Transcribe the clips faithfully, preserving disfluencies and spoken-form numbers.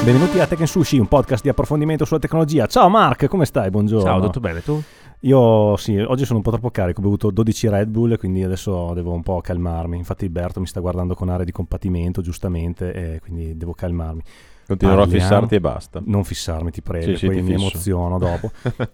Benvenuti a Tech and Sushi, un podcast di approfondimento sulla tecnologia. Ciao Mark, come stai? Buongiorno. Ciao, tutto bene, tu? Io sì, oggi sono un po' troppo carico, ho bevuto dodici Red Bull, quindi adesso devo un po' calmarmi. Infatti Berto mi sta guardando con aria di compatimento, giustamente, e quindi devo calmarmi. Continuerò Parliamo. a fissarti e basta. Non fissarmi, ti prego, Sì, sì, poi ti mi fisso. emoziono dopo.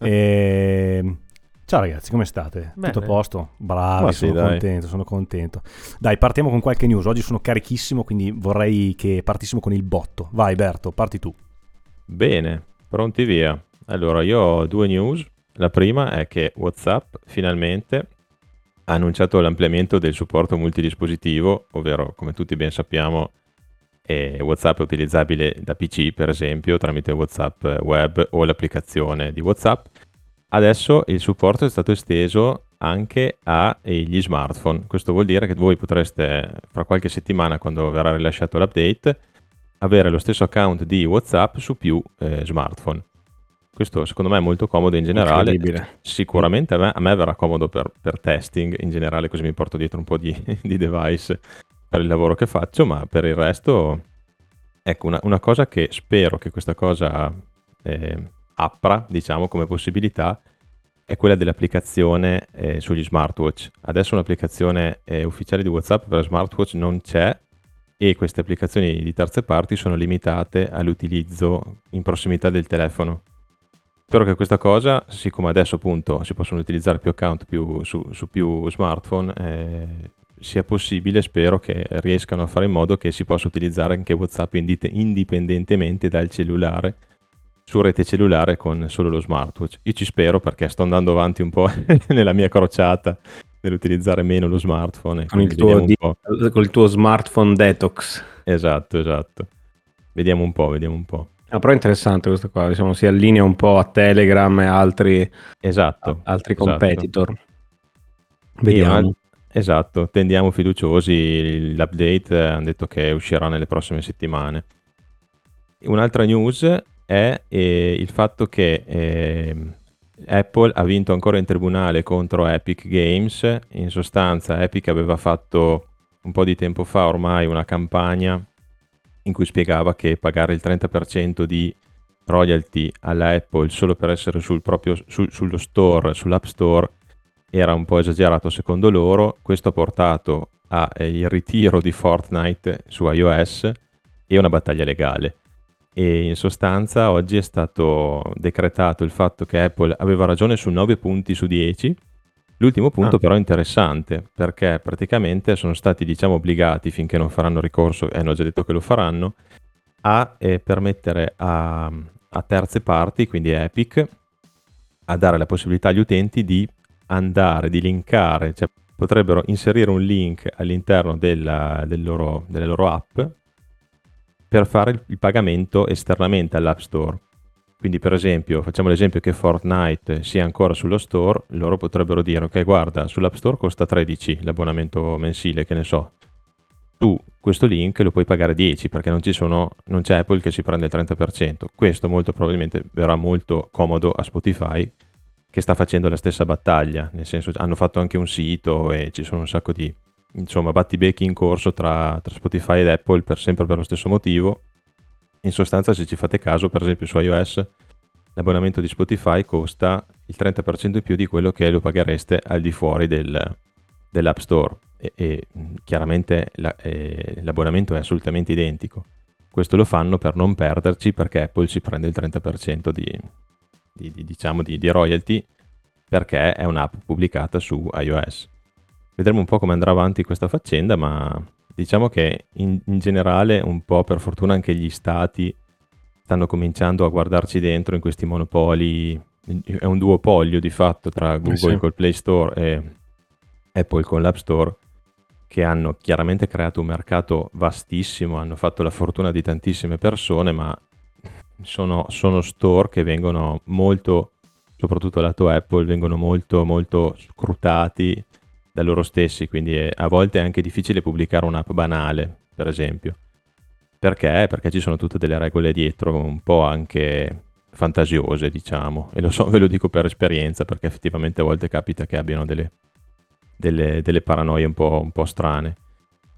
e... Ciao ragazzi, come state? Bene. Tutto a posto? Bravi, Ma sì, sono dai. contento, sono contento. Dai, partiamo con qualche news. Oggi sono carichissimo, quindi vorrei che partissimo con il botto. Vai Berto, parti tu. Bene, pronti via. Allora, io ho due news. La prima è che WhatsApp finalmente ha annunciato l'ampliamento del supporto multidispositivo, ovvero, come tutti ben sappiamo, eh, WhatsApp è utilizzabile da P C, per esempio, tramite WhatsApp web o l'applicazione di WhatsApp. Adesso il supporto è stato esteso anche agli smartphone. Questo vuol dire che voi potreste, fra qualche settimana, quando verrà rilasciato l'update, avere lo stesso account di WhatsApp su più eh, smartphone. Questo secondo me è molto comodo in generale. Incredibile. Sicuramente a me, a me verrà comodo per, per testing in generale, così mi porto dietro un po' di, di device per il lavoro che faccio, ma per il resto, ecco, una, una cosa che spero che questa cosa eh, apra, diciamo, come possibilità, è quella dell'applicazione eh, sugli smartwatch. Adesso un'applicazione eh, ufficiale di WhatsApp per smartwatch non c'è, e queste applicazioni di terze parti sono limitate all'utilizzo in prossimità del telefono. Spero che questa cosa, siccome adesso appunto si possono utilizzare più account più, su, su più smartphone, eh, sia possibile, spero che riescano a fare in modo che si possa utilizzare anche WhatsApp indite- indipendentemente dal cellulare, su rete cellulare con solo lo smartwatch. Io ci spero, perché sto andando avanti un po' nella mia crociata nell'utilizzare meno lo smartphone. Con il, quindi tuo vediamo un di- po'. con il tuo smartphone detox. Esatto, esatto. Vediamo un po', vediamo un po'. Ah, però è interessante questo qua, diciamo, si allinea un po' a Telegram e altri, Esatto. a- altri esatto. competitor. E Vediamo. una- Esatto, tendiamo fiduciosi. L'update eh, hanno detto che uscirà nelle prossime settimane. Un'altra news è eh, il fatto che eh, Apple ha vinto ancora in tribunale contro Epic Games. In sostanza Epic aveva fatto un po' di tempo fa ormai una campagna in cui spiegava che pagare il trenta per cento di royalty alla Apple solo per essere sul proprio, su- sullo store, sull'App Store, era un po' esagerato secondo loro. Questo ha portato al eh, ritiro di Fortnite su iOS e una battaglia legale. E in sostanza oggi è stato decretato il fatto che Apple aveva ragione su nove punti su dieci. L'ultimo punto Ah. però è interessante, perché praticamente sono stati, diciamo, obbligati, finché non faranno ricorso, e hanno già detto che lo faranno, a eh, permettere a, a terze parti, quindi Epic, a dare la possibilità agli utenti di andare, di linkare, cioè potrebbero inserire un link all'interno della, del loro, delle loro app per fare il, il pagamento esternamente all'App Store. Quindi per esempio, facciamo l'esempio che Fortnite sia ancora sullo store, loro potrebbero dire: ok, guarda, sull'App Store costa tredici l'abbonamento mensile, che ne so, tu questo link lo puoi pagare dieci, perché non ci sono, non c'è Apple che si prende il trenta per cento. Questo molto probabilmente verrà molto comodo a Spotify, che sta facendo la stessa battaglia, nel senso, hanno fatto anche un sito e ci sono un sacco di, insomma, battibecchi in corso tra, tra Spotify ed Apple, per sempre per lo stesso motivo. In sostanza, se ci fate caso, per esempio su iOS l'abbonamento di Spotify costa il trenta per cento in più di quello che lo paghereste al di fuori del, dell'App Store, e, e chiaramente la, eh, l'abbonamento è assolutamente identico. Questo lo fanno per non perderci, perché Apple ci prende il trenta per cento di, di, di, diciamo di, di royalty, perché è un'app pubblicata su iOS. Vedremo un po' come andrà avanti questa faccenda, ma diciamo che in, in generale, un po' per fortuna, anche gli stati stanno cominciando a guardarci dentro in questi monopoli. È un duopolio di fatto tra Google sì. col Play Store e Apple con l'App Store, che hanno chiaramente creato un mercato vastissimo, hanno fatto la fortuna di tantissime persone, ma sono, sono store che vengono molto, soprattutto lato Apple, vengono molto molto scrutati da loro stessi, quindi è, a volte è anche difficile pubblicare un'app banale, per esempio. Perché? Perché ci sono tutte delle regole dietro, un po' anche fantasiose, diciamo, e lo so, ve lo dico per esperienza, perché effettivamente a volte capita che abbiano delle, delle, delle paranoie un po', un po' strane.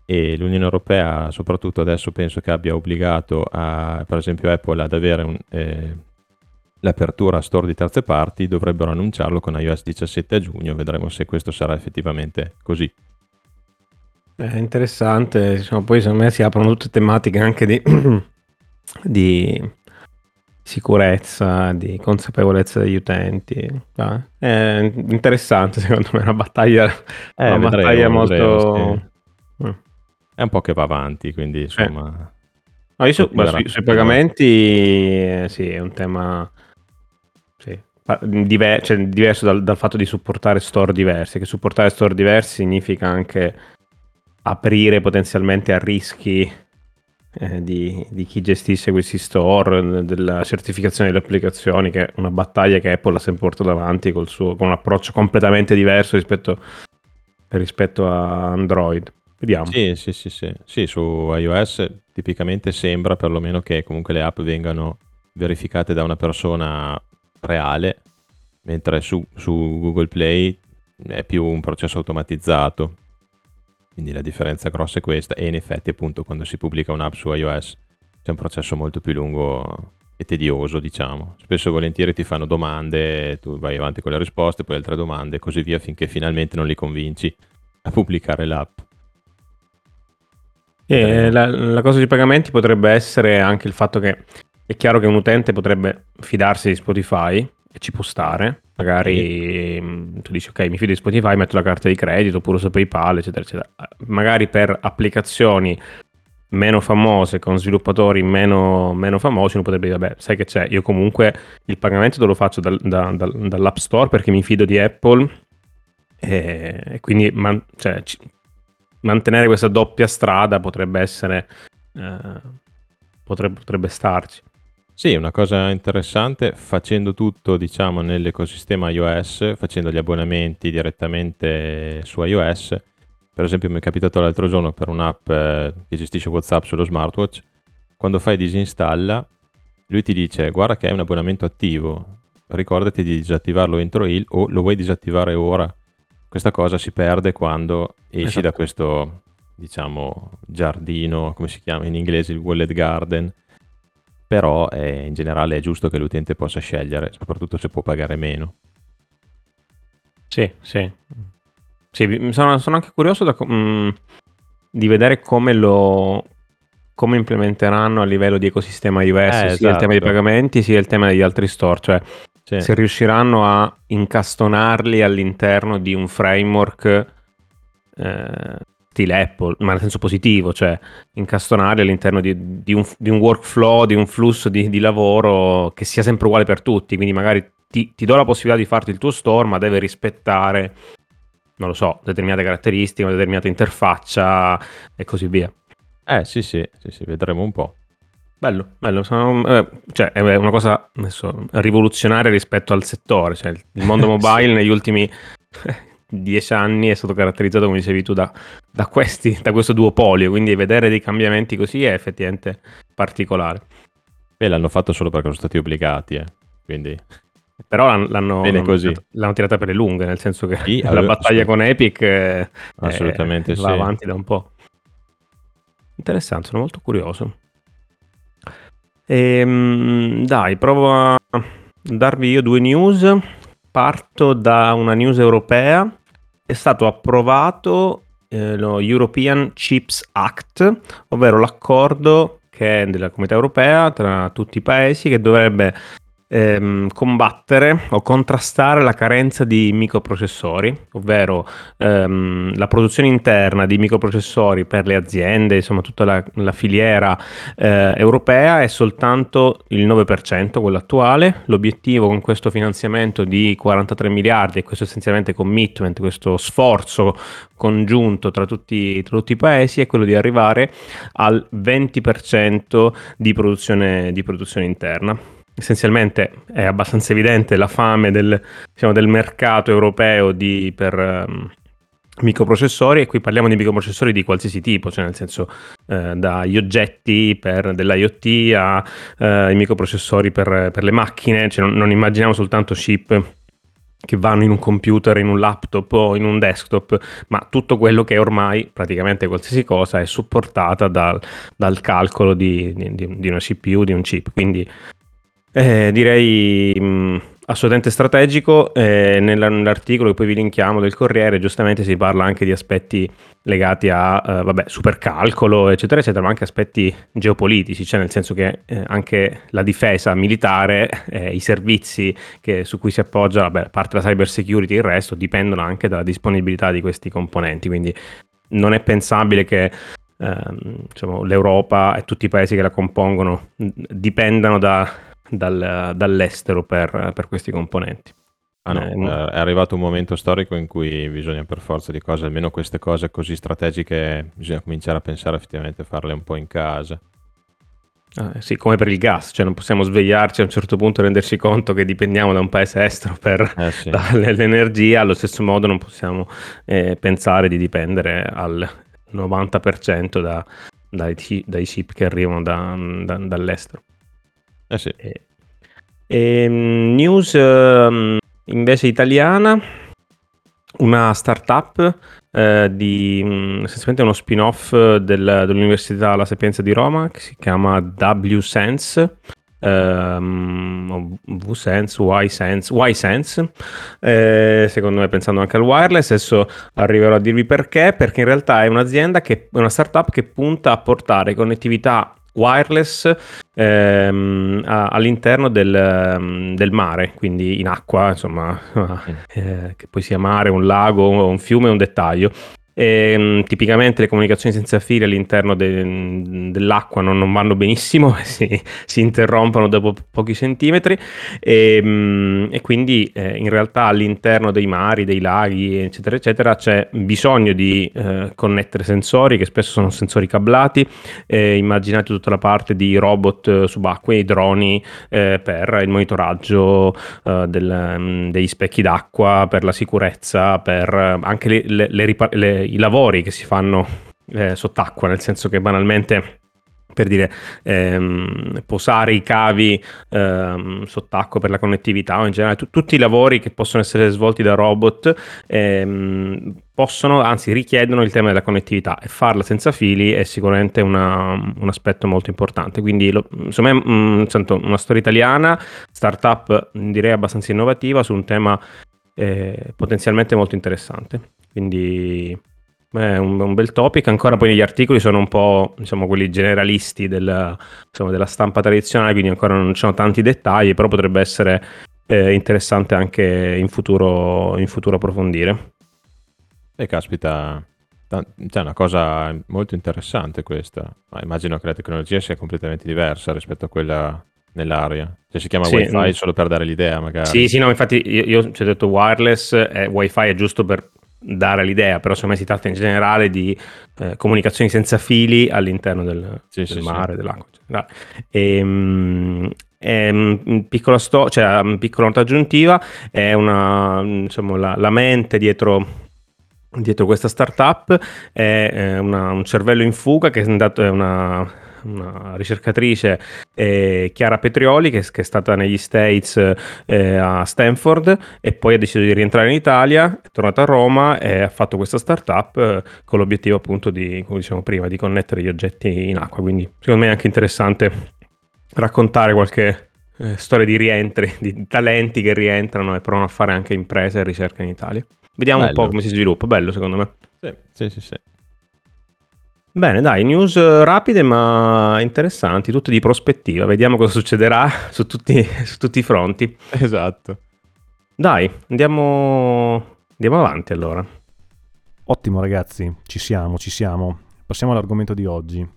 e l'Unione Europea soprattutto adesso penso che abbia obbligato a, per esempio Apple ad avere un, eh, l'apertura a store di terze parti, dovrebbero annunciarlo con iOS diciassette a giugno, vedremo se questo sarà effettivamente così. È interessante, insomma, poi secondo me si aprono tutte tematiche anche di, di sicurezza, di consapevolezza degli utenti. Ah, è interessante, secondo me, è una battaglia, Eh, una vedremo, battaglia vedremo, molto... sì. Mm. È un po' che va avanti, quindi insomma... No, io su- ma continuerà sui, sui a muovere. pagamenti, eh, sì, è un tema sì, pa- diver- cioè, diverso dal, dal fatto di supportare store diversi, che supportare store diversi significa anche aprire potenzialmente a rischi eh, di, di chi gestisce questi store, eh, della certificazione delle applicazioni, che è una battaglia che Apple ha sempre portato avanti col suo, con un approccio completamente diverso rispetto, rispetto a Android. Vediamo. Sì, sì, sì, sì. Sì, su iOS tipicamente sembra perlomeno che comunque le app vengano verificate da una persona reale, mentre su, su Google Play è più un processo automatizzato. Quindi la differenza grossa è questa, e in effetti appunto quando si pubblica un'app su iOS c'è un processo molto più lungo e tedioso, diciamo. Spesso e volentieri ti fanno domande, tu vai avanti con le risposte, poi altre domande e così via finché finalmente non li convinci a pubblicare l'app. E la, la cosa sui pagamenti potrebbe essere anche il fatto che è chiaro che un utente potrebbe fidarsi di Spotify e ci può stare. Magari mh, tu dici ok, mi fido di Spotify, metto la carta di credito oppure uso PayPal, eccetera, eccetera. Magari per applicazioni meno famose, con sviluppatori meno, meno famosi, uno potrebbe dire, vabbè, sai che c'è, io comunque il pagamento te lo faccio dal- da- dal- dall'App Store perché mi fido di Apple e, e quindi man- cioè, ci- mantenere questa doppia strada potrebbe essere eh, potrebbe, potrebbe starci. Sì, una cosa interessante, facendo tutto, diciamo, nell'ecosistema iOS, facendo gli abbonamenti direttamente su iOS. Per esempio, mi è capitato l'altro giorno per un'app eh, che gestisce WhatsApp sullo smartwatch, quando fai disinstalla, lui ti dice, guarda che è un abbonamento attivo, ricordati di disattivarlo entro il, o lo vuoi disattivare ora. Questa cosa si perde quando esci Esatto. da questo, diciamo, giardino, come si chiama in inglese, il walled garden. Però eh, in generale è giusto che l'utente possa scegliere, soprattutto se può pagare meno. Sì, sì. Sì, mi- sono, sono anche curioso da co- mh, di vedere come lo come implementeranno a livello di ecosistema iOS Eh, sia il tema dei esatto. pagamenti sia il tema degli altri store, cioè Sì. se riusciranno a incastonarli all'interno di un framework eh, stile Apple, ma nel senso positivo, cioè incastonarli all'interno di, di un, di un workflow, di un flusso di, di lavoro che sia sempre uguale per tutti, quindi magari ti, ti do la possibilità di farti il tuo store, ma deve rispettare, non lo so, determinate caratteristiche, una determinata interfaccia e così via. Eh sì, sì, sì, sì, vedremo un po'. Bello, bello, sono, eh, cioè è una cosa adesso, rivoluzionaria rispetto al settore, cioè il mondo mobile Sì. negli ultimi dieci anni è stato caratterizzato, come dicevi tu, da, da, questi, da questo duopolio, quindi vedere dei cambiamenti così è effettivamente particolare. E l'hanno fatto solo perché sono stati obbligati, eh. Quindi Però l'hanno, l'hanno, bene l'hanno così. tirata, l'hanno tirata per le lunghe, nel senso che Sì, la eh, battaglia assolut- con Epic eh, assolutamente eh, va sì. avanti da un po'. Interessante, sono molto curioso. Ehm, dai, provo a darvi io due news. Parto da una news europea. È stato approvato eh, lo European Chips Act, ovvero l'accordo che è della Comunità Europea tra tutti i paesi che dovrebbe ehm, combattere o contrastare la carenza di microprocessori, ovvero ehm, la produzione interna di microprocessori per le aziende, insomma tutta la, la filiera eh, europea è soltanto il nove per cento, quello attuale. L'obiettivo con questo finanziamento di quarantatré miliardi e questo essenzialmente commitment, questo sforzo congiunto tra tutti, tra tutti i paesi è quello di arrivare al venti per cento di produzione, di produzione interna. Essenzialmente è abbastanza evidente la fame del, diciamo, del mercato europeo di, per um, microprocessori, e qui parliamo di microprocessori di qualsiasi tipo, cioè nel senso eh, dagli oggetti per dell'IoT ai eh, microprocessori per, per le macchine, cioè non, non immaginiamo soltanto chip che vanno in un computer, in un laptop o in un desktop, ma tutto quello che ormai praticamente qualsiasi cosa è supportata dal, dal calcolo di, di, di una C P U, di un chip. Quindi eh, direi mh, assolutamente strategico. Eh, nella- nell'articolo che poi vi linkiamo del Corriere, giustamente si parla anche di aspetti legati a eh, vabbè, supercalcolo, eccetera, eccetera, ma anche aspetti geopolitici, cioè nel senso che eh, anche la difesa militare, eh, i servizi che- su cui si appoggia, vabbè, a parte la cyber security e il resto, dipendono anche dalla disponibilità di questi componenti. Quindi non è pensabile che ehm, diciamo, l'Europa e tutti i paesi che la compongono mh, dipendano da- dal- dall'estero per, per questi componenti. Ah no, Eh, eh, mo- è arrivato un momento storico in cui bisogna per forza di cose, almeno queste cose così strategiche, bisogna cominciare a pensare effettivamente a farle un po' in casa. eh, sì, come per il gas, cioè non possiamo svegliarci a un certo punto e renderci conto che dipendiamo da un paese estero per Eh sì, l'energia, allo stesso modo non possiamo eh, pensare di dipendere al novanta per cento da- dai, ci- dai chip che arrivano da- da- dall'estero. eh sì. E, e, mm, news ehm, invece italiana, una startup eh, di mm, essenzialmente uno spin-off del- dell'Università La Sapienza di Roma che si chiama WSense. ehm, o V-Sense, Y-Sense, Y-Sense, eh, secondo me pensando anche al wireless. Adesso arriverò a dirvi perché, perché in realtà è un'azienda che è una startup che punta a portare connettività wireless ehm, a- all'interno del, ehm, del mare, quindi in acqua, insomma, Mm. eh, che poi sia mare, un lago, un fiume, un dettaglio. E, mh, tipicamente le comunicazioni senza fili all'interno de- dell'acqua non, non vanno benissimo, si, si interrompono dopo pochi centimetri e, mh, e quindi eh, in realtà all'interno dei mari, dei laghi, eccetera, eccetera, c'è bisogno di eh, connettere sensori che spesso sono sensori cablati. Eh, immaginate tutta la parte di robot eh, subacquei, droni eh, per il monitoraggio eh, del- mh, degli specchi d'acqua, per la sicurezza, per eh, anche le- le- le ripa- le- i lavori che si fanno eh, sott'acqua, nel senso che banalmente, per dire, ehm, posare i cavi ehm, sott'acqua per la connettività o in generale tu- tutti i lavori che possono essere svolti da robot ehm, possono, anzi richiedono il tema della connettività, e farla senza fili è sicuramente una- un aspetto molto importante. Quindi lo- insomma è mm, sento, una storia italiana, startup direi abbastanza innovativa su un tema eh, potenzialmente molto interessante. Quindi è un, un bel topic. Ancora poi gli articoli sono un po', diciamo, quelli generalisti del- insomma, della stampa tradizionale, quindi ancora non ci sono tanti dettagli, però potrebbe essere eh, interessante anche in futuro, in futuro approfondire. E caspita, ta- c'è una cosa molto interessante questa. Ma immagino che la tecnologia sia completamente diversa rispetto a quella nell'aria. Cioè si chiama Sì, mm, Wi-Fi solo per dare l'idea, magari. sì, sì, no, infatti io, io ci ho detto wireless, eh, wifi è giusto per dare l'idea, però secondo me si tratta in generale di eh, comunicazioni senza fili all'interno del, Sì, del sì, sì. mare, dell'acqua, in generale. E, mm, è un un piccolo sto- cioè, un piccolo nota aggiuntiva, è una, diciamo, la, la mente dietro dietro questa startup è eh, una- un cervello in fuga che è andato, è una, una ricercatrice, eh, Chiara Petrioli, che, che è stata negli States eh, a Stanford e poi ha deciso di rientrare in Italia, è tornata a Roma e ha fatto questa startup eh, con l'obiettivo appunto di, come dicevamo prima, di connettere gli oggetti in acqua. Quindi secondo me è anche interessante raccontare qualche eh, storia di rientri, di talenti che rientrano e provano a fare anche imprese e ricerca in Italia. Vediamo un po' Bello. come si sviluppa, bello secondo me. Sì, sì, sì, sì. Bene, dai, news eh, rapide ma interessanti, tutte di prospettiva. Vediamo cosa succederà su tutti, su tutti i fronti. Esatto. Dai, andiamo, andiamo avanti allora. Ottimo ragazzi, ci siamo, ci siamo. Passiamo all'argomento di oggi.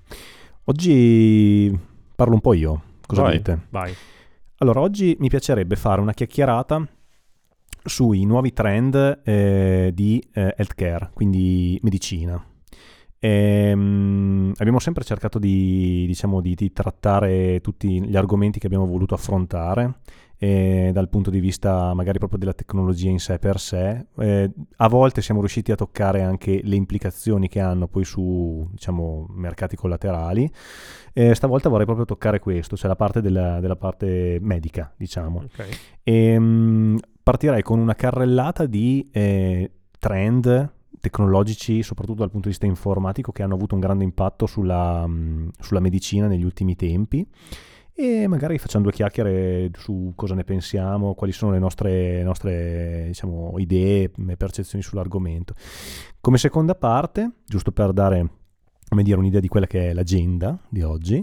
Oggi parlo un po' io, cosa Vai. dite? Vai. Allora, oggi mi piacerebbe fare una chiacchierata sui nuovi trend eh, di eh, healthcare, quindi medicina. Ehm, abbiamo sempre cercato di, diciamo, di, di trattare tutti gli argomenti che abbiamo voluto affrontare eh, dal punto di vista magari proprio della tecnologia in sé per sé. Eh, a volte siamo riusciti a toccare anche le implicazioni che hanno poi su, diciamo, mercati collaterali. Eh, stavolta vorrei proprio toccare questo, cioè la parte della, della parte medica, diciamo. Ok. Ehm, partirei con una carrellata di eh, trend tecnologici, soprattutto dal punto di vista informatico, che hanno avuto un grande impatto sulla, mh, sulla medicina negli ultimi tempi, e magari facciamo due chiacchiere su cosa ne pensiamo, quali sono le nostre, nostre diciamo, idee e percezioni sull'argomento. Come seconda parte, giusto per dare, come dire, un'idea di quella che è l'agenda di oggi,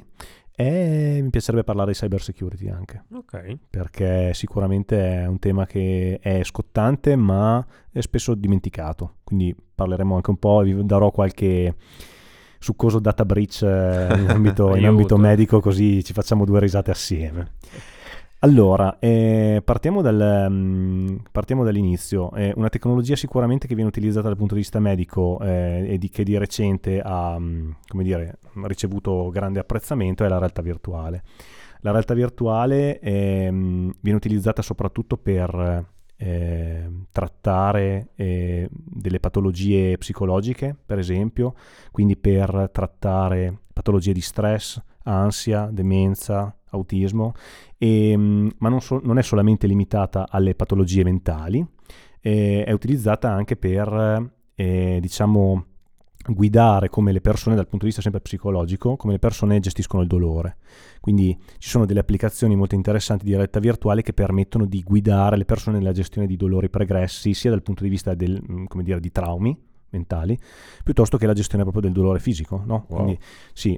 e mi piacerebbe parlare di cyber security anche, Ok. perché sicuramente è un tema che è scottante ma è spesso dimenticato, quindi parleremo anche un po', vi darò qualche succoso data breach eh, in ambito, in ambito medico, così ci facciamo due risate assieme. Allora, eh, partiamo, dal, um, partiamo dall'inizio. Eh, una tecnologia sicuramente che viene utilizzata dal punto di vista medico eh, e di, che di recente ha um, come dire, ricevuto grande apprezzamento è la realtà virtuale. La realtà virtuale eh, viene utilizzata soprattutto per eh, trattare eh, delle patologie psicologiche, per esempio, quindi per trattare patologie di stress, ansia, demenza, autismo, e, ma non, so, non è solamente limitata alle patologie mentali, eh, è utilizzata anche per eh, diciamo guidare come le persone, dal punto di vista sempre psicologico, come le persone gestiscono il dolore. Quindi ci sono delle applicazioni molto interessanti di realtà virtuale che permettono di guidare le persone nella gestione di dolori pregressi, sia dal punto di vista del, come dire, di traumi mentali, piuttosto che la gestione proprio del dolore fisico, no? Wow. Quindi sì,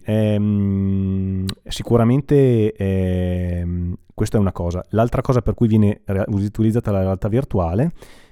ehm, sicuramente ehm, questa è una cosa. L'altra cosa per cui viene utilizzata la realtà virtuale,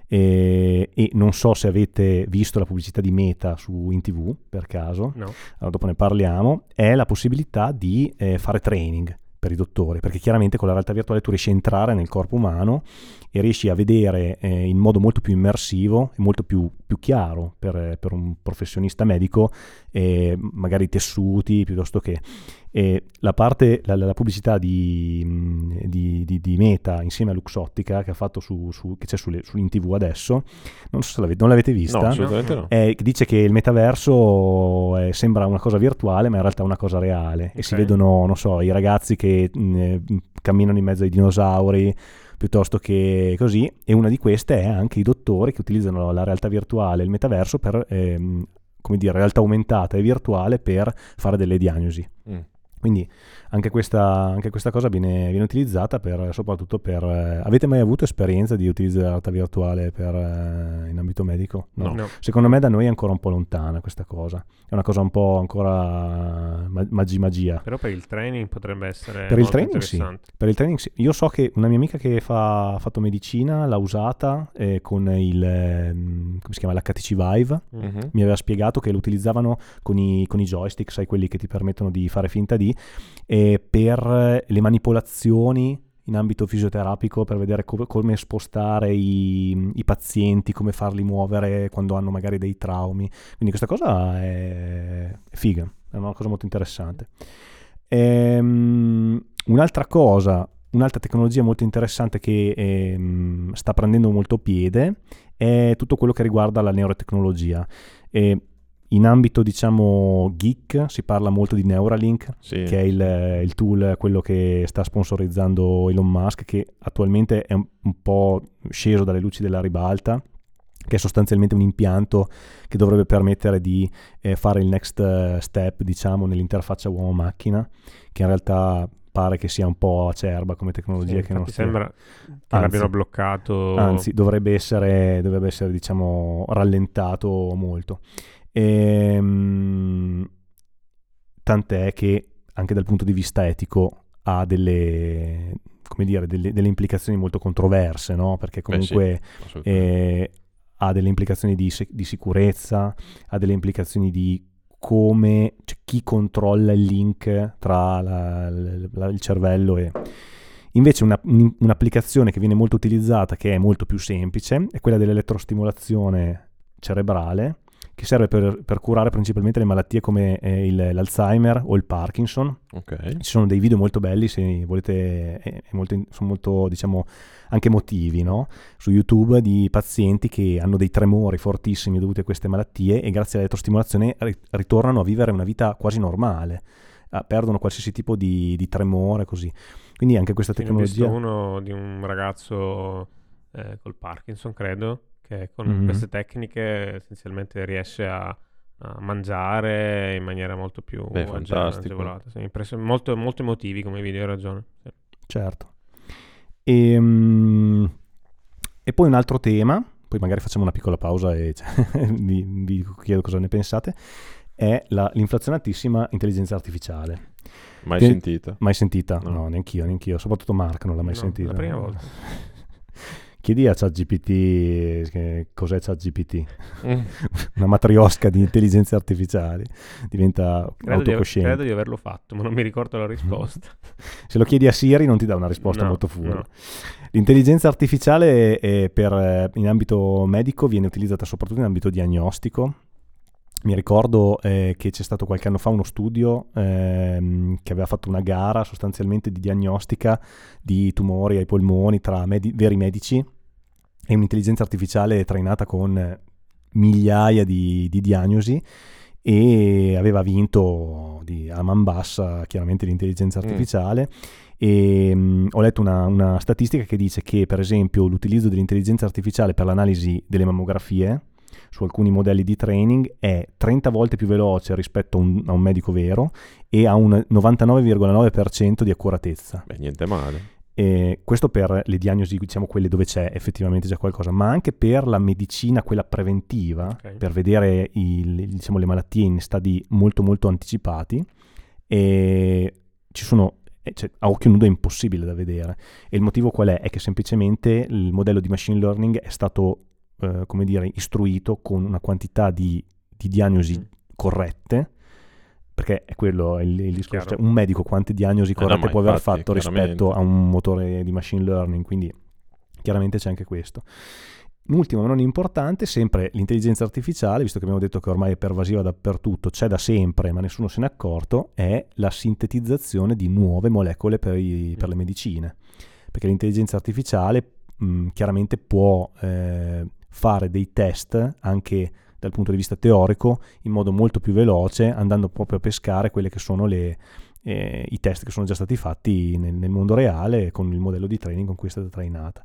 e, e non so se avete visto la pubblicità di Meta su in tivù per caso, No. allora dopo ne parliamo, è la possibilità di eh, fare training per i dottori, perché chiaramente con la realtà virtuale tu riesci a entrare nel corpo umano e riesci a vedere eh, in modo molto più immersivo e molto più, più chiaro per, per un professionista medico eh, magari i tessuti piuttosto che eh, la parte la, la pubblicità di, di, di, di Meta insieme a Luxottica che ha fatto su, su, che c'è sulle, su in tivù adesso, non so se l'avete, non l'avete vista, No, assolutamente no. eh, dice che il metaverso eh, sembra una cosa virtuale ma in realtà è una cosa reale, Ok. e si vedono, non so, i ragazzi che mh, camminano in mezzo ai dinosauri piuttosto che così, e una di queste è anche i dottori che utilizzano la realtà virtuale, il metaverso per ehm, come dire, realtà aumentata e virtuale per fare delle diagnosi. Mm. Quindi anche questa, anche questa cosa viene, viene utilizzata per, soprattutto per... Eh, avete mai avuto esperienza di utilizzo della realtà virtuale per, eh, in ambito medico? No. No. Secondo me da noi è ancora un po' lontana questa cosa. È una cosa un po' ancora ma- magi magia. Però per il training potrebbe essere Per il molto training sì. interessante. Per il training sì. Io so che una mia amica che fa, ha fatto medicina l'ha usata eh, con il... ehm, come si chiama? l'H T C Vive. Mhm. Mi aveva spiegato che lo utilizzavano con i, con i joystick, sai, quelli che ti permettono di fare finta di, e per le manipolazioni in ambito fisioterapico, per vedere co- come spostare i, i pazienti, come farli muovere quando hanno magari dei traumi. Quindi questa cosa è, è figa, è una cosa molto interessante. Ehm, un'altra cosa, un'altra tecnologia molto interessante che ehm, sta prendendo molto piede è tutto quello che riguarda la neurotecnologia. E in ambito, diciamo, geek si parla molto di Neuralink, Sì. che è il, il tool, quello che sta sponsorizzando Elon Musk, che attualmente è un, un po' sceso dalle luci della ribalta, che è sostanzialmente un impianto che dovrebbe permettere di eh, fare il next eh, step, diciamo, nell'interfaccia uomo-macchina, che in realtà pare che sia un po' acerba come tecnologia, Sì, che non infatti stia... sembra che Anzi. l'abbiano bloccato. Anzi, dovrebbe essere, dovrebbe essere, diciamo, rallentato molto. Ehm, tant'è che anche dal punto di vista etico ha delle, come dire, delle, delle implicazioni molto controverse, no? Perché comunque Beh, sì, assolutamente. eh, ha delle implicazioni di, di sicurezza, ha delle implicazioni di come, cioè, chi controlla il link tra la, la, il cervello e... Invece una, un'applicazione che viene molto utilizzata, che è molto più semplice, è quella dell'elettrostimolazione cerebrale, che serve per, per curare principalmente le malattie come eh, il, l'Alzheimer o il Parkinson. Ok. Ci sono dei video molto belli, se volete, è, è molto, sono molto, diciamo, anche emotivi, no? Su YouTube, di pazienti che hanno dei tremori fortissimi dovuti a queste malattie e grazie all'elettrostimolazione ritornano a vivere una vita quasi normale, ah, perdono qualsiasi tipo di, di tremore, così. Quindi anche questa Sì, ne ho tecnologia... visto uno di un ragazzo eh, col Parkinson, credo, che con Mhm. queste tecniche essenzialmente riesce a, a mangiare in maniera molto più Beh, age- fantastico. agevolata. Sì, impress- molto, molto emotivi come video, hai ragione. Sì. Certo. E, mm, e poi un altro tema, poi magari facciamo una piccola pausa e cioè, vi, vi chiedo cosa ne pensate, è la- l'inflazionatissima intelligenza artificiale. Mai Che- sentita? Mai sentita? No. No, neanch'io, neanch'io. Soprattutto Mark non l'ha mai No, sentita. la prima volta. Chiedi a ChatGPT che cos'è ChatGPT. Una matriosca di intelligenze artificiali. Diventa Credo di, autocosciente. credo di averlo fatto, ma non mi ricordo la risposta. Se lo chiedi a Siri non ti dà una risposta No, molto furba. no. L'intelligenza artificiale è per, eh, in ambito medico viene utilizzata soprattutto in ambito diagnostico. Mi ricordo eh, che c'è stato qualche anno fa uno studio ehm, che aveva fatto una gara sostanzialmente di diagnostica di tumori ai polmoni tra medi- veri medici e un'intelligenza artificiale trainata con migliaia di, di diagnosi, e aveva vinto di, a man bassa chiaramente l'intelligenza artificiale. Mm. E mh, ho letto una, una statistica che dice che per esempio l'utilizzo dell'intelligenza artificiale per l'analisi delle mammografie su alcuni modelli di training è trenta volte più veloce rispetto a un, a un medico vero e ha un novantanove virgola nove per cento di accuratezza. Beh, niente male. E questo per le diagnosi, diciamo quelle dove c'è effettivamente già qualcosa, ma anche per la medicina, quella preventiva, Ok. per vedere il, diciamo, le malattie in stadi molto molto anticipati. E ci sono, cioè, a occhio nudo è impossibile da vedere. E il motivo qual è? È che semplicemente il modello di machine learning è stato eh, come dire, istruito con una quantità di, di diagnosi Mm. corrette, perché è quello il, il discorso. Chiaro. Cioè, un medico quante diagnosi Eh no, corrette ma può aver infatti, fatto rispetto a un motore di machine learning, quindi chiaramente c'è anche questo. Ultimo ma non importante, sempre l'intelligenza artificiale, visto che abbiamo detto che ormai è pervasiva dappertutto, c'è da sempre ma nessuno se n'è accorto, è la sintetizzazione di nuove molecole per, i, per le medicine, perché l'intelligenza artificiale mh, chiaramente può eh, fare dei test anche dal punto di vista teorico in modo molto più veloce, andando proprio a pescare quelle che sono le, eh, i test che sono già stati fatti nel, nel mondo reale con il modello di training con cui è stata trainata.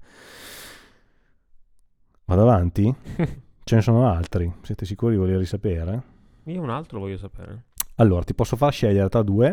Vado avanti? Ce ne sono altri? Siete sicuri di voler sapere? Io un altro voglio sapere. Allora, ti posso far scegliere tra due.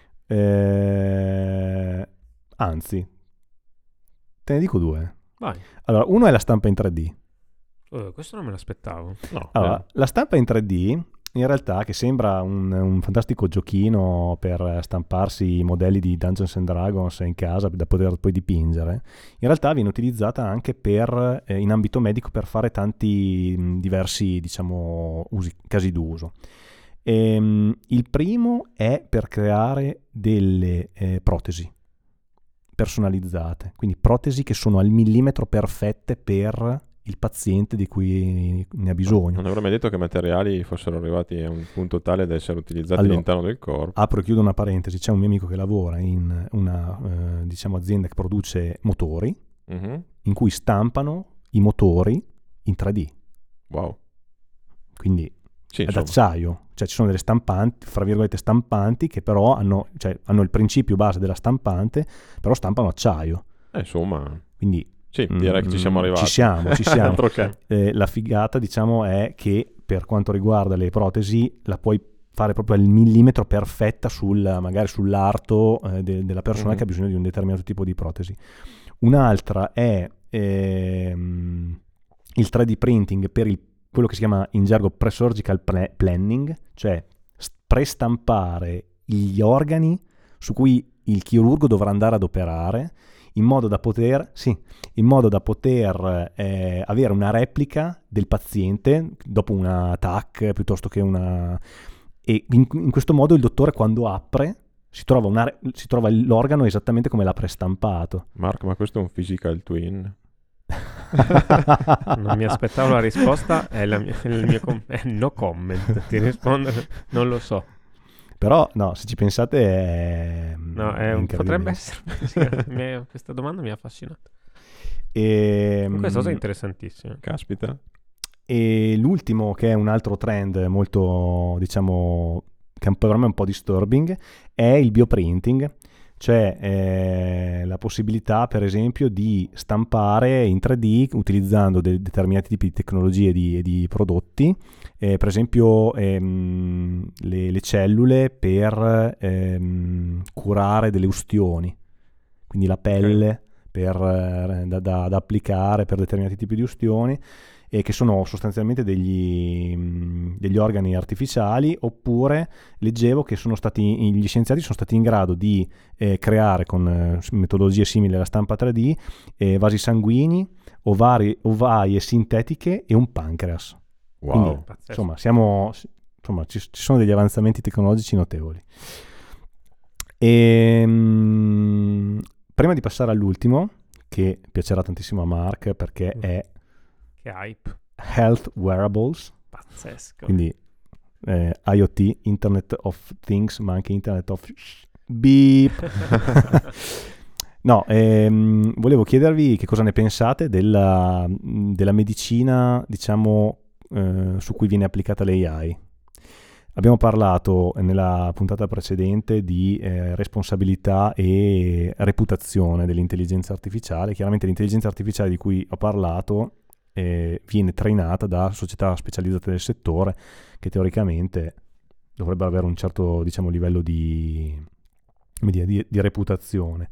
Eh, anzi, te ne dico due. Vai. Allora, uno è la stampa in tre D. Oh, questo non me l'aspettavo. No, Allora, eh, la stampa in tre D, in realtà, che sembra un, un fantastico giochino per stamparsi i modelli di Dungeons and Dragons in casa da poter poi dipingere, in realtà viene utilizzata anche per, eh, in ambito medico per fare tanti mh, diversi, diciamo, usi, casi d'uso. Ehm, il primo è per creare delle eh, protesi personalizzate, quindi protesi che sono al millimetro perfette per il paziente di cui ne ha bisogno. non avrei mai detto che i materiali fossero arrivati a un punto tale da essere utilizzati Allora, all'interno del corpo. Apro e chiudo una parentesi, c'è un mio amico che lavora in una eh, diciamo azienda che produce motori, Mhm. in cui stampano i motori in tre D, Wow. quindi Sì, ad insomma. acciaio, cioè ci sono delle stampanti, fra virgolette stampanti, che però hanno, cioè, hanno il principio base della stampante, però stampano acciaio, Eh, insomma, quindi sì, direi che ci siamo mm, arrivati. ci siamo, ci siamo. Altro che. Eh, la figata, diciamo, è che per quanto riguarda le protesi la puoi fare proprio al millimetro perfetta sul, magari sull'arto eh, de- della persona Mhm. che ha bisogno di un determinato tipo di protesi. Un'altra è ehm, il tre D printing per il, quello che si chiama in gergo pre-surgical pla- planning, cioè st- prestampare gli organi su cui il chirurgo dovrà andare ad operare in modo da poter, sì, in modo da poter eh, avere una replica del paziente dopo una T A C piuttosto che una... E in, in questo modo il dottore quando apre si trova, una, si trova l'organo esattamente come l'ha prestampato. Mark, ma questo è un physical twin? Non mi aspettavo la risposta, è, la mia- il mio com- è no comment. Ti rispondo, non lo so. Però no, se ci pensate è, No, è un- incredibile. potrebbe essere. Sì, mi è- questa domanda mi ha affascinato. E, Questa cosa è interessantissima. Caspita. E l'ultimo, che è un altro trend molto, diciamo, che è un po' per me un po' disturbing, è il bioprinting, c'è eh, la possibilità per esempio di stampare in tre D utilizzando de- determinati tipi di tecnologie di, di prodotti, eh, per esempio ehm, le, le cellule per ehm, curare delle ustioni, quindi la pelle okay. per, eh, da, da, da applicare per determinati tipi di ustioni, e che sono sostanzialmente degli, degli organi artificiali. Oppure leggevo che sono stati, gli scienziati sono stati in grado di eh, creare con eh, metodologie simili alla stampa tre D eh, vasi sanguigni, ovari, ovaie sintetiche e un pancreas. Wow. Quindi, insomma, siamo, insomma ci, ci sono degli avanzamenti tecnologici notevoli. E, mh, prima di passare all'ultimo, che piacerà tantissimo a Mark perché mm. è che hype. Health Wearables. Pazzesco. Quindi eh, IoT, Internet of Things, ma anche Internet of Beep. No, ehm, volevo chiedervi che cosa ne pensate della, della medicina, diciamo, eh, su cui viene applicata l'A I. Abbiamo parlato nella puntata precedente di eh, responsabilità e reputazione dell'intelligenza artificiale. Chiaramente l'intelligenza artificiale di cui ho parlato eh, viene trainata da società specializzate del settore che teoricamente dovrebbero avere un certo, diciamo, livello di, di, di, di reputazione.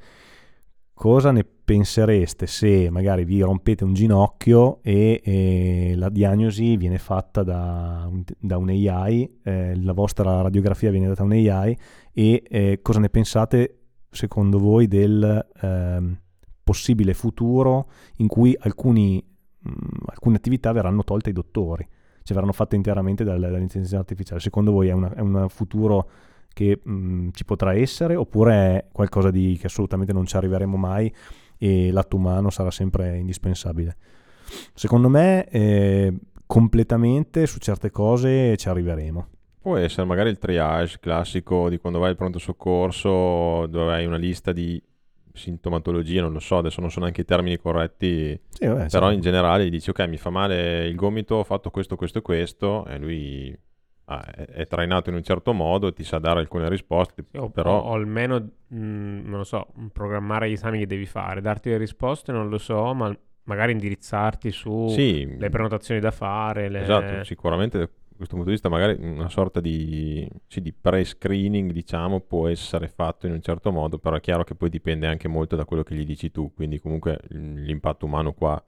Cosa ne pensereste se magari vi rompete un ginocchio e, e la diagnosi viene fatta da un, da un A I, eh, la vostra radiografia viene data a un A I, e eh, cosa ne pensate secondo voi del eh, possibile futuro in cui alcuni, mh, alcune attività verranno tolte ai dottori, cioè verranno fatte interamente dal, dall'intelligenza artificiale? Secondo voi è, una, è un futuro che mh, ci potrà essere, oppure è qualcosa di che assolutamente non ci arriveremo mai e l'atto umano sarà sempre indispensabile? Secondo me eh, completamente su certe cose ci arriveremo. Può essere magari il triage classico di quando vai al pronto soccorso, dove hai una lista di sintomatologie, non lo so, adesso non so neanche i termini corretti, sì, vabbè, però sì. In generale gli dici ok, mi fa male il gomito, ho fatto questo, questo e questo, e lui ah, è, è trainato in un certo modo, ti sa dare alcune risposte, o, però... o almeno, mh, non lo so, programmare gli esami che devi fare, darti le risposte, non lo so, ma magari indirizzarti su sì, le prenotazioni da fare. Le... Esatto, sicuramente da questo punto di vista magari una sorta di, sì, di pre-screening, diciamo, può essere fatto in un certo modo, però è chiaro che poi dipende anche molto da quello che gli dici tu, quindi comunque l'impatto umano qua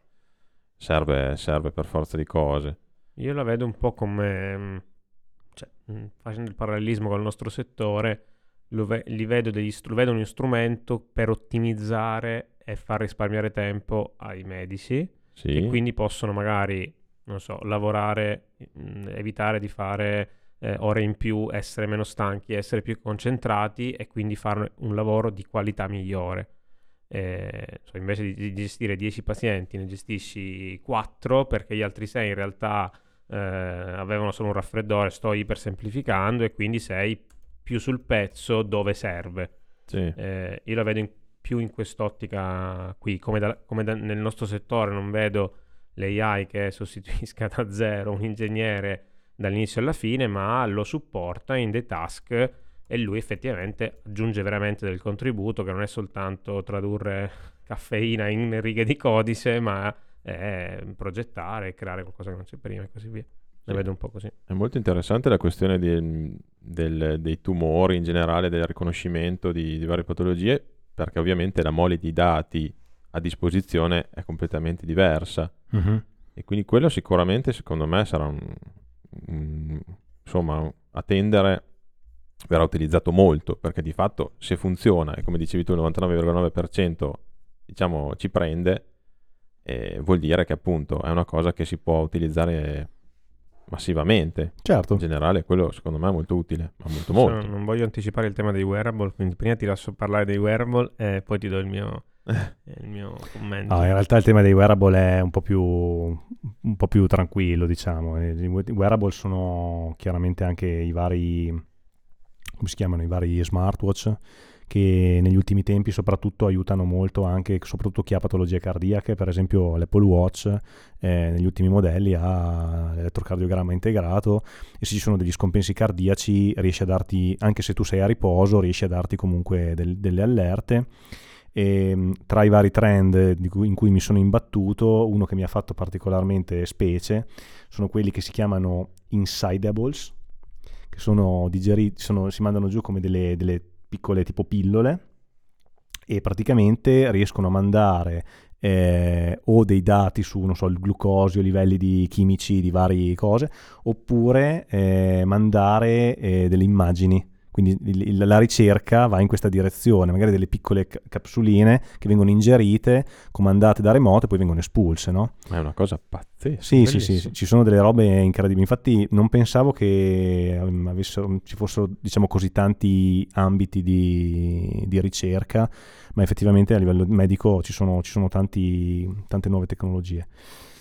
serve, serve per forza di cose. Io la vedo un po' come... Cioè, facendo il parallelismo con il nostro settore, lo, ve- li vedo degli str- lo vedo un strumento per ottimizzare e far risparmiare tempo ai medici, sì. Che quindi possono magari, non so, lavorare, mh, evitare di fare eh, ore in più, essere meno stanchi, essere più concentrati e quindi fare un lavoro di qualità migliore. Eh, so, invece di, di gestire dieci pazienti ne gestisci quattro perché gli altri sei in realtà Eh, avevano solo un raffreddore, sto ipersemplificando, e quindi sei più sul pezzo dove serve. Sì. Eh, io la vedo in, più in quest'ottica qui, come, da, come da, nel nostro settore non vedo l'A I che sostituisca da zero un ingegnere dall'inizio alla fine, ma lo supporta in dei task e lui effettivamente aggiunge veramente del contributo, che non è soltanto tradurre caffeina in righe di codice, ma è progettare e creare qualcosa che non c'è prima e così via. Ne sì. vedo un po' così. È molto interessante la questione di, del, dei tumori in generale, del riconoscimento di, di varie patologie, perché ovviamente la mole di dati a disposizione è completamente diversa. Mm-hmm. E quindi quello sicuramente secondo me sarà un, un, insomma, a tendere verrà utilizzato molto, perché di fatto se funziona e come dicevi tu il novantanove virgola nove per cento diciamo ci prende, eh, vuol dire che appunto è una cosa che si può utilizzare massivamente. Certo. In generale quello secondo me è molto utile, ma molto molto. Non voglio anticipare il tema dei wearable, quindi prima ti lascio parlare dei wearable e poi ti do il mio, il mio commento. No, in realtà il tema dei wearable è un po' più un po' più tranquillo, diciamo. I wearable sono chiaramente anche i vari, come si chiamano, i vari smartwatch che negli ultimi tempi soprattutto aiutano molto anche, soprattutto chi ha patologie cardiache. Per esempio l'Apple Watch eh, negli ultimi modelli ha l'elettrocardiogramma integrato, e se ci sono degli scompensi cardiaci riesce a darti, anche se tu sei a riposo, riesce a darti comunque del, delle allerte. E tra i vari trend di cui, in cui mi sono imbattuto, uno che mi ha fatto particolarmente specie sono quelli che si chiamano Insidables, che sono digeriti, sono, si mandano giù come delle, delle piccole tipo pillole, e praticamente riescono a mandare eh, o dei dati su, non so, il glucosio, livelli di chimici di varie cose, oppure eh, mandare eh, delle immagini. Quindi il, il, la ricerca va in questa direzione, magari delle piccole ca- capsuline che vengono ingerite, comandate da remoto e poi vengono espulse, no? È una cosa pazzesca. Sì, sì, sì, sì, ci sono delle robe incredibili. Infatti non pensavo che um, avessero, ci fossero, diciamo così, tanti ambiti di, di ricerca, ma effettivamente a livello medico ci sono, ci sono tanti, tante nuove tecnologie.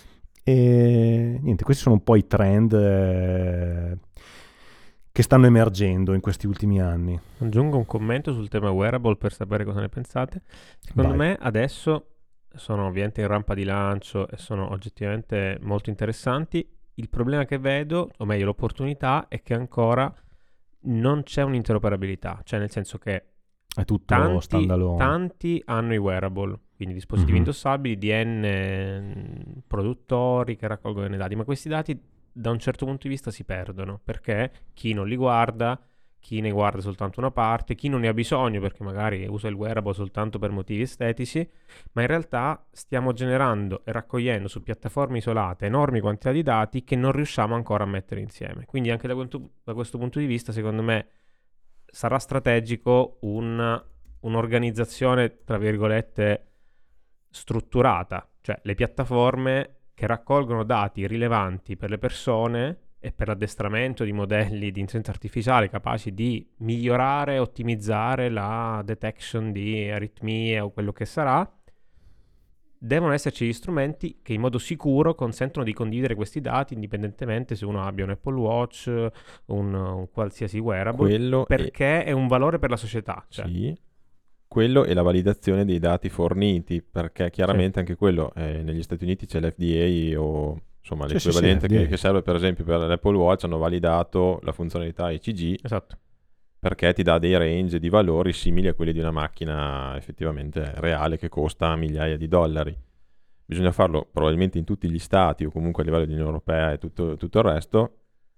E niente, questi sono un po' i trend eh, che stanno emergendo in questi ultimi anni. Aggiungo un commento sul tema wearable per sapere cosa ne pensate. Secondo Vai. me adesso sono ovviamente in rampa di lancio e sono oggettivamente molto interessanti. Il problema che vedo, o meglio l'opportunità, è che ancora non c'è un'interoperabilità, cioè nel senso che È tutto tanti, standalone. tanti hanno i wearable, quindi dispositivi Mhm. indossabili di N produttori che raccolgono i dati, ma questi dati da un certo punto di vista si perdono, perché chi non li guarda, chi ne guarda soltanto una parte, chi non ne ha bisogno perché magari usa il wearable soltanto per motivi estetici, ma in realtà stiamo generando e raccogliendo su piattaforme isolate enormi quantità di dati che non riusciamo ancora a mettere insieme. Quindi anche da questo, da questo punto di vista, secondo me, sarà strategico un, un'organizzazione, tra virgolette, strutturata, cioè le piattaforme che raccolgono dati rilevanti per le persone e per l'addestramento di modelli di intelligenza artificiale capaci di migliorare, ottimizzare la detection di aritmie o quello che sarà, devono esserci gli strumenti che in modo sicuro consentono di condividere questi dati indipendentemente se uno abbia un Apple Watch, un, un qualsiasi wearable, Quello perché è... è un valore per la società. Cioè. Sì, quello e la validazione dei dati forniti, perché chiaramente Sì. anche quello, eh, negli Stati Uniti c'è l'F D A o insomma Sì, sì, l'equivalente sì, F D A. che, che serve per esempio per l'Apple Watch, hanno validato la funzionalità E C G Esatto. perché ti dà dei range di valori simili a quelli di una macchina effettivamente reale che costa migliaia di dollari. Bisogna farlo probabilmente in tutti gli stati o comunque a livello di Unione Europea e tutto, tutto il resto,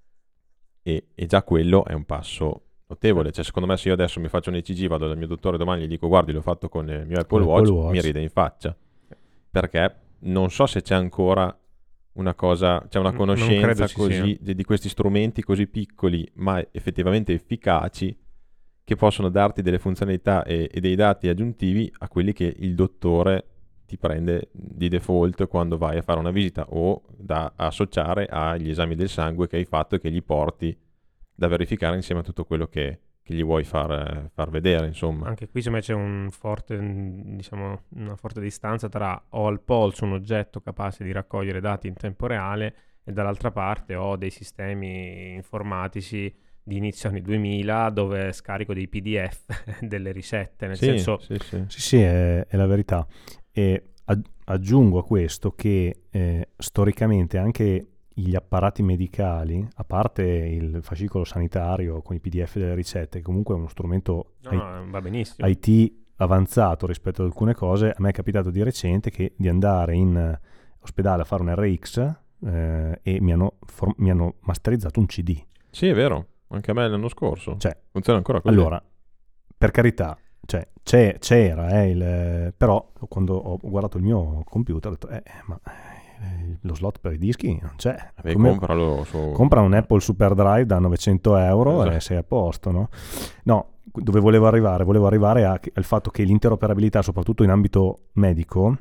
e, e già quello è un passo notevole. Cioè, secondo me, se io adesso mi faccio un E C G, vado dal mio dottore domani e gli dico guardi, l'ho fatto con il mio Apple, Con Watch, Apple Watch. mi ride in faccia, perché non so se c'è ancora una cosa, c'è una N- non conoscenza credo ci così di, di questi strumenti così piccoli ma effettivamente efficaci, che possono darti delle funzionalità e, e dei dati aggiuntivi a quelli che il dottore ti prende di default quando vai a fare una visita, o da associare agli esami del sangue che hai fatto e che gli porti da verificare insieme a tutto quello che, che gli vuoi far, far vedere, insomma. Anche qui secondo me c'è un forte, diciamo, una forte distanza tra ho al polso un oggetto capace di raccogliere dati in tempo reale e dall'altra parte ho dei sistemi informatici di inizio anni duemila dove scarico dei P D F delle ricette, nel Sì, senso... sì, sì. Sì, sì, è, è la verità. E ag- aggiungo a questo che eh, storicamente anche gli apparati medicali, a parte il fascicolo sanitario con i P D F delle ricette, che comunque è uno strumento No, no, va benissimo. I T avanzato rispetto ad alcune cose, a me è capitato di recente che di andare in ospedale a fare un R X eh, e mi hanno, for- mi hanno masterizzato un C D. Sì, è vero, anche a me l'anno scorso. Cioè, funziona ancora così. allora, per carità, cioè, c'è, c'era, eh, il, però quando ho guardato il mio computer ho detto, eh, ma eh, lo slot per i dischi non c'è. Vabbè, Come- compralo su... compra un Apple Super Drive da novecento euro Esatto. e sei a posto, no? No, dove volevo arrivare? Volevo arrivare a- al fatto che l'interoperabilità, soprattutto in ambito medico,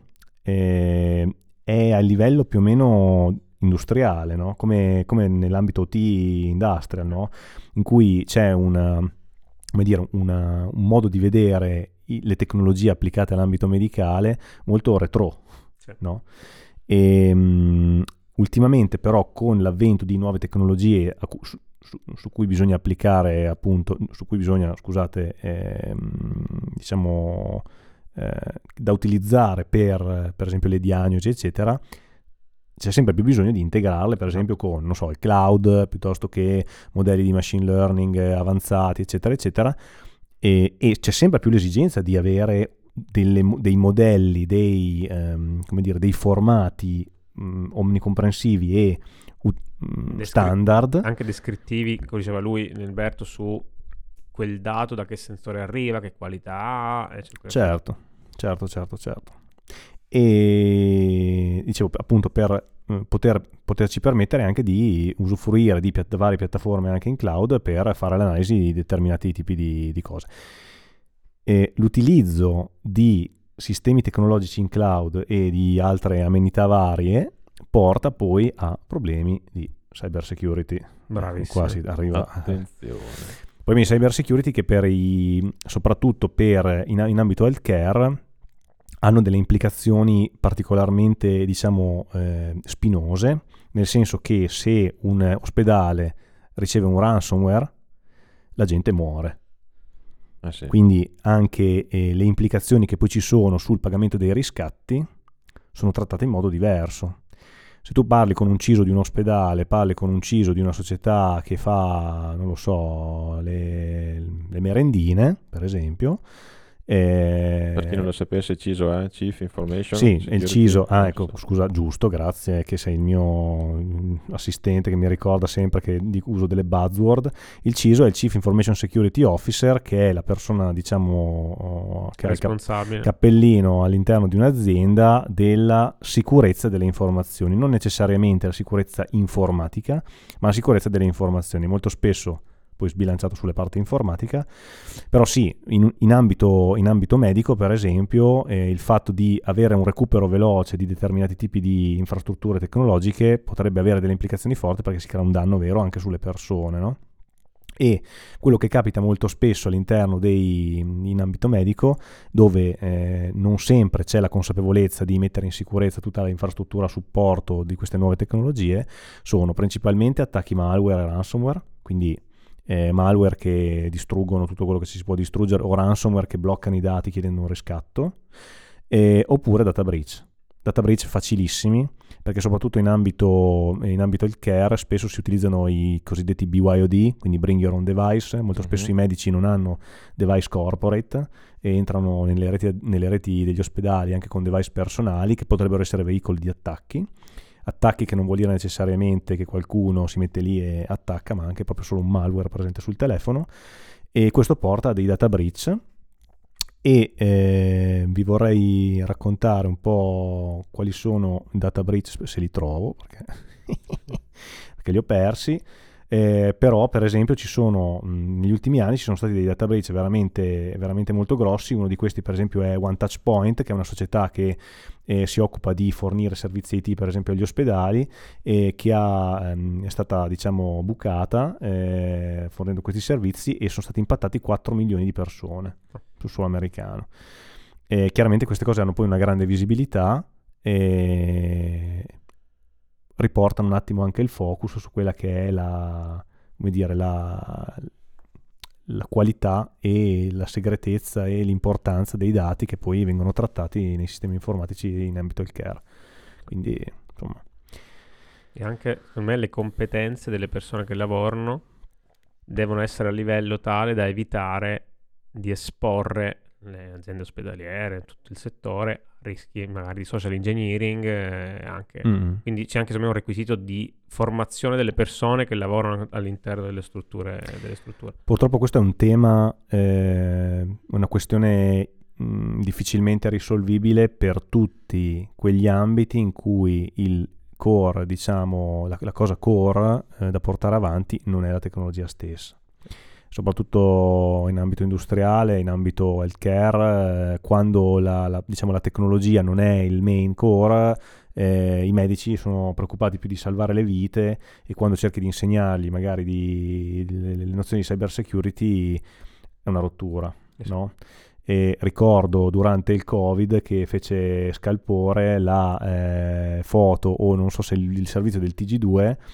eh, è a livello più o meno industriale, no? Come, come nell'ambito O T industrial, no? In cui c'è una, come dire, una- un modo di vedere i- le tecnologie applicate all'ambito medicale molto retro, Sì. no? E, mh, ultimamente però con l'avvento di nuove tecnologie a cu- su- su, su cui bisogna applicare appunto, su cui bisogna, scusate, ehm, diciamo eh, da utilizzare per, per esempio le diagnosi eccetera, c'è sempre più bisogno di integrarle per esempio con, non so, il cloud, piuttosto che modelli di machine learning avanzati eccetera eccetera, e, e c'è sempre più l'esigenza di avere delle, dei modelli, dei, um, come dire, dei formati um, omnicomprensivi e um, Descri- standard. Anche descrittivi, come diceva lui, Alberto, su quel dato, da che sensore arriva, che qualità ha. Eccetera. Certo, certo, certo, certo. E dicevo appunto per eh, poter, poterci permettere anche di usufruire di piatt- varie piattaforme anche in cloud per fare l'analisi di determinati tipi di, di cose. E l'utilizzo di sistemi tecnologici in cloud e di altre amenità varie porta poi a problemi di cyber security. Bravissimo. Qua si arriva. Attenzione. Problemi di cyber security che per i, soprattutto per in, in ambito healthcare hanno delle implicazioni particolarmente, diciamo, eh, spinose, nel senso che se un ospedale riceve un ransomware, la gente muore. Ah, sì. Quindi anche eh, le implicazioni che poi ci sono sul pagamento dei riscatti sono trattate in modo diverso. Se tu parli con un C I S O di un ospedale, parli con un C I S O di una società che fa, non lo so, le, le merendine, per esempio. Eh, per chi non lo sapesse, C I S O è Chief Information Sì, Security. è il C I S O. Ah, ecco, scusa, giusto, grazie, che sei il mio assistente che mi ricorda sempre che uso delle buzzword. Il C I S O è il Chief Information Security Officer, che è la persona, diciamo, che è il cap- cappellino all'interno di un'azienda della sicurezza delle informazioni, non necessariamente la sicurezza informatica, ma la sicurezza delle informazioni. Molto spesso poi sbilanciato sulle parti informatica, però sì, in, in, ambito, in ambito medico per esempio eh, il fatto di avere un recupero veloce di determinati tipi di infrastrutture tecnologiche potrebbe avere delle implicazioni forti, perché si crea un danno vero anche sulle persone, no? E quello che capita molto spesso all'interno dei, in ambito medico, dove eh, non sempre c'è la consapevolezza di mettere in sicurezza tutta l'infrastruttura a supporto di queste nuove tecnologie, sono principalmente attacchi malware e ransomware, quindi Eh, malware che distruggono tutto quello che si può distruggere, o ransomware che bloccano i dati chiedendo un riscatto, eh, oppure data breach. Data breach facilissimi, perché soprattutto in ambito, in ambito healthcare spesso si utilizzano i cosiddetti B Y O D, quindi bring your own device. Molto spesso mm-hmm. i medici non hanno device corporate e entrano nelle reti, nelle reti degli ospedali anche con device personali che potrebbero essere veicoli di attacchi. Attacchi che non vuol dire necessariamente che qualcuno si mette lì e attacca, ma anche proprio solo un malware presente sul telefono, e questo porta a dei data breach. E eh, vi vorrei raccontare un po' quali sono i data breach, se li trovo, perché, perché li ho persi. Eh, però per esempio ci sono mh, negli ultimi anni ci sono stati dei data breach veramente, veramente molto grossi. Uno di questi per esempio è One Touch Point, che è una società che eh, si occupa di fornire servizi I T per esempio agli ospedali, e che ha, ehm, è stata diciamo bucata eh, fornendo questi servizi, e sono stati impattati quattro milioni di persone sul suolo americano. E chiaramente queste cose hanno poi una grande visibilità e riportano un attimo anche il focus su quella che è la, come dire, la, la qualità e la segretezza e l'importanza dei dati che poi vengono trattati nei sistemi informatici in ambito healthcare. Quindi, insomma. E anche, secondo me, le competenze delle persone che lavorano devono essere a livello tale da evitare di esporre le aziende ospedaliere, tutto il settore, rischi magari di social engineering, eh, anche. Mm. Quindi c'è anche secondo me un requisito di formazione delle persone che lavorano all'interno delle strutture, delle strutture. Purtroppo questo è un tema, eh, una questione mh, difficilmente risolvibile per tutti quegli ambiti in cui il core, diciamo, la, la cosa core eh, da portare avanti non è la tecnologia stessa. Soprattutto in ambito industriale, in ambito healthcare, eh, quando la, la, diciamo, la tecnologia non è il main core, eh, i medici sono preoccupati più di salvare le vite, e quando cerchi di insegnargli magari di, di, le, le nozioni di cyber security è una rottura, esatto. No? E ricordo durante il Covid che fece scalpore la eh, foto, o non so se il, il servizio del T G due,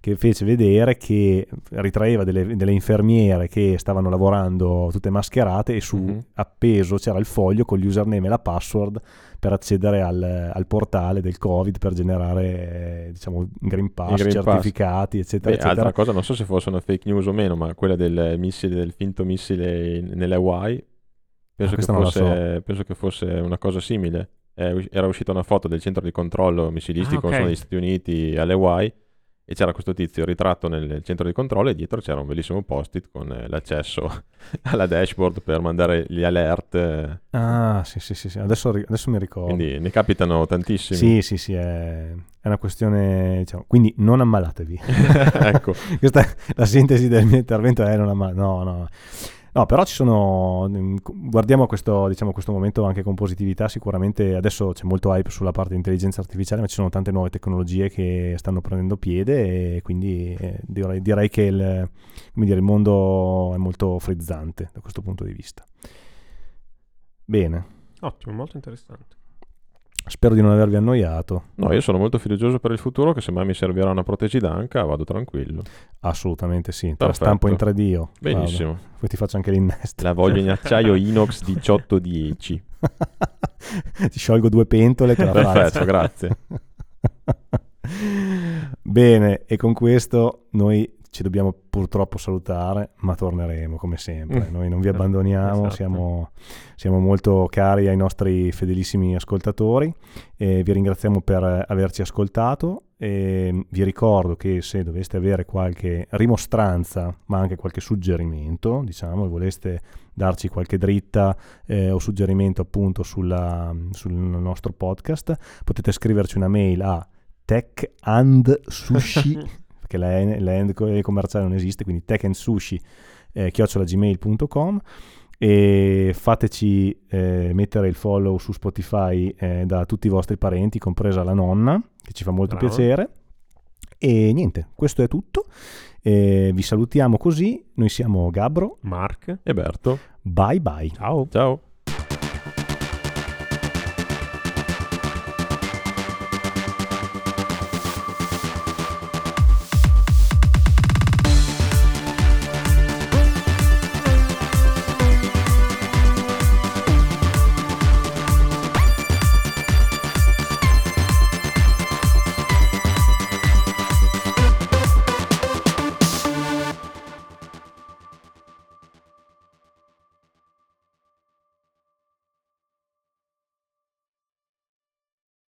che fece vedere che ritraeva delle, delle infermiere che stavano lavorando tutte mascherate e su Mhm. appeso c'era il foglio con l'username e la password per accedere al, al portale del Covid per generare, eh, diciamo, Green Pass, Green Pass. certificati, eccetera, Beh, eccetera. altra cosa, non so se fosse una fake news o meno, ma quella del missile, del finto missile in- nelle Hawaii, penso, Ah, che questa non la fosse, penso che fosse una cosa simile. È us- era uscita una foto del centro di controllo missilistico Ah, ok. negli Stati Uniti alle Hawaii e c'era questo tizio ritratto nel centro di controllo e dietro c'era un bellissimo post-it con eh, l'accesso alla dashboard per mandare gli alert. eh. Ah, sì, sì, sì, sì. Adesso, ri- adesso mi ricordo. Quindi ne capitano tantissimi. Sì, sì, sì, è, è una questione, diciamo, quindi non ammalatevi. Ecco. Questa è la sintesi del mio intervento, è non ammalatevi. No, no. No, però ci sono, mm, guardiamo questo, diciamo, questo momento anche con positività. Sicuramente adesso c'è molto hype sulla parte di intelligenza artificiale, ma ci sono tante nuove tecnologie che stanno prendendo piede e quindi eh, direi, direi che il, come dire, il mondo è molto frizzante da questo punto di vista. Bene, Ottimo, molto interessante. spero di non avervi annoiato. No, io sono molto fiducioso per il futuro, che se mai mi servirà una protesi d'anca vado tranquillo. Assolutamente sì, te la Perfetto. stampo in tre D io. Benissimo. Guarda, poi ti faccio anche l'innesto. La voglio in acciaio inox diciotto dieci. Ti sciolgo due pentole che la Perfetto, faccio. grazie. Bene, e con questo noi ci dobbiamo purtroppo salutare, ma torneremo come sempre. Mm. Noi non vi abbandoniamo, Esatto. siamo, siamo molto cari ai nostri fedelissimi ascoltatori e vi ringraziamo per averci ascoltato. E vi ricordo che se doveste avere qualche rimostranza, ma anche qualche suggerimento, diciamo, e voleste darci qualche dritta eh, o suggerimento appunto sulla, sul nostro podcast, potete scriverci una mail a tech and sushi perché la N- la end co- commerciale non esiste, quindi tech and sushi eh, chiocciola gmail punto com, e fateci eh, mettere il follow su Spotify eh, da tutti i vostri parenti, compresa la nonna, che ci fa molto Bravo. piacere. E niente, questo è tutto. Eh, vi salutiamo così. Noi siamo Gabbro. Mark. E Berto, Bye bye. Ciao. ciao.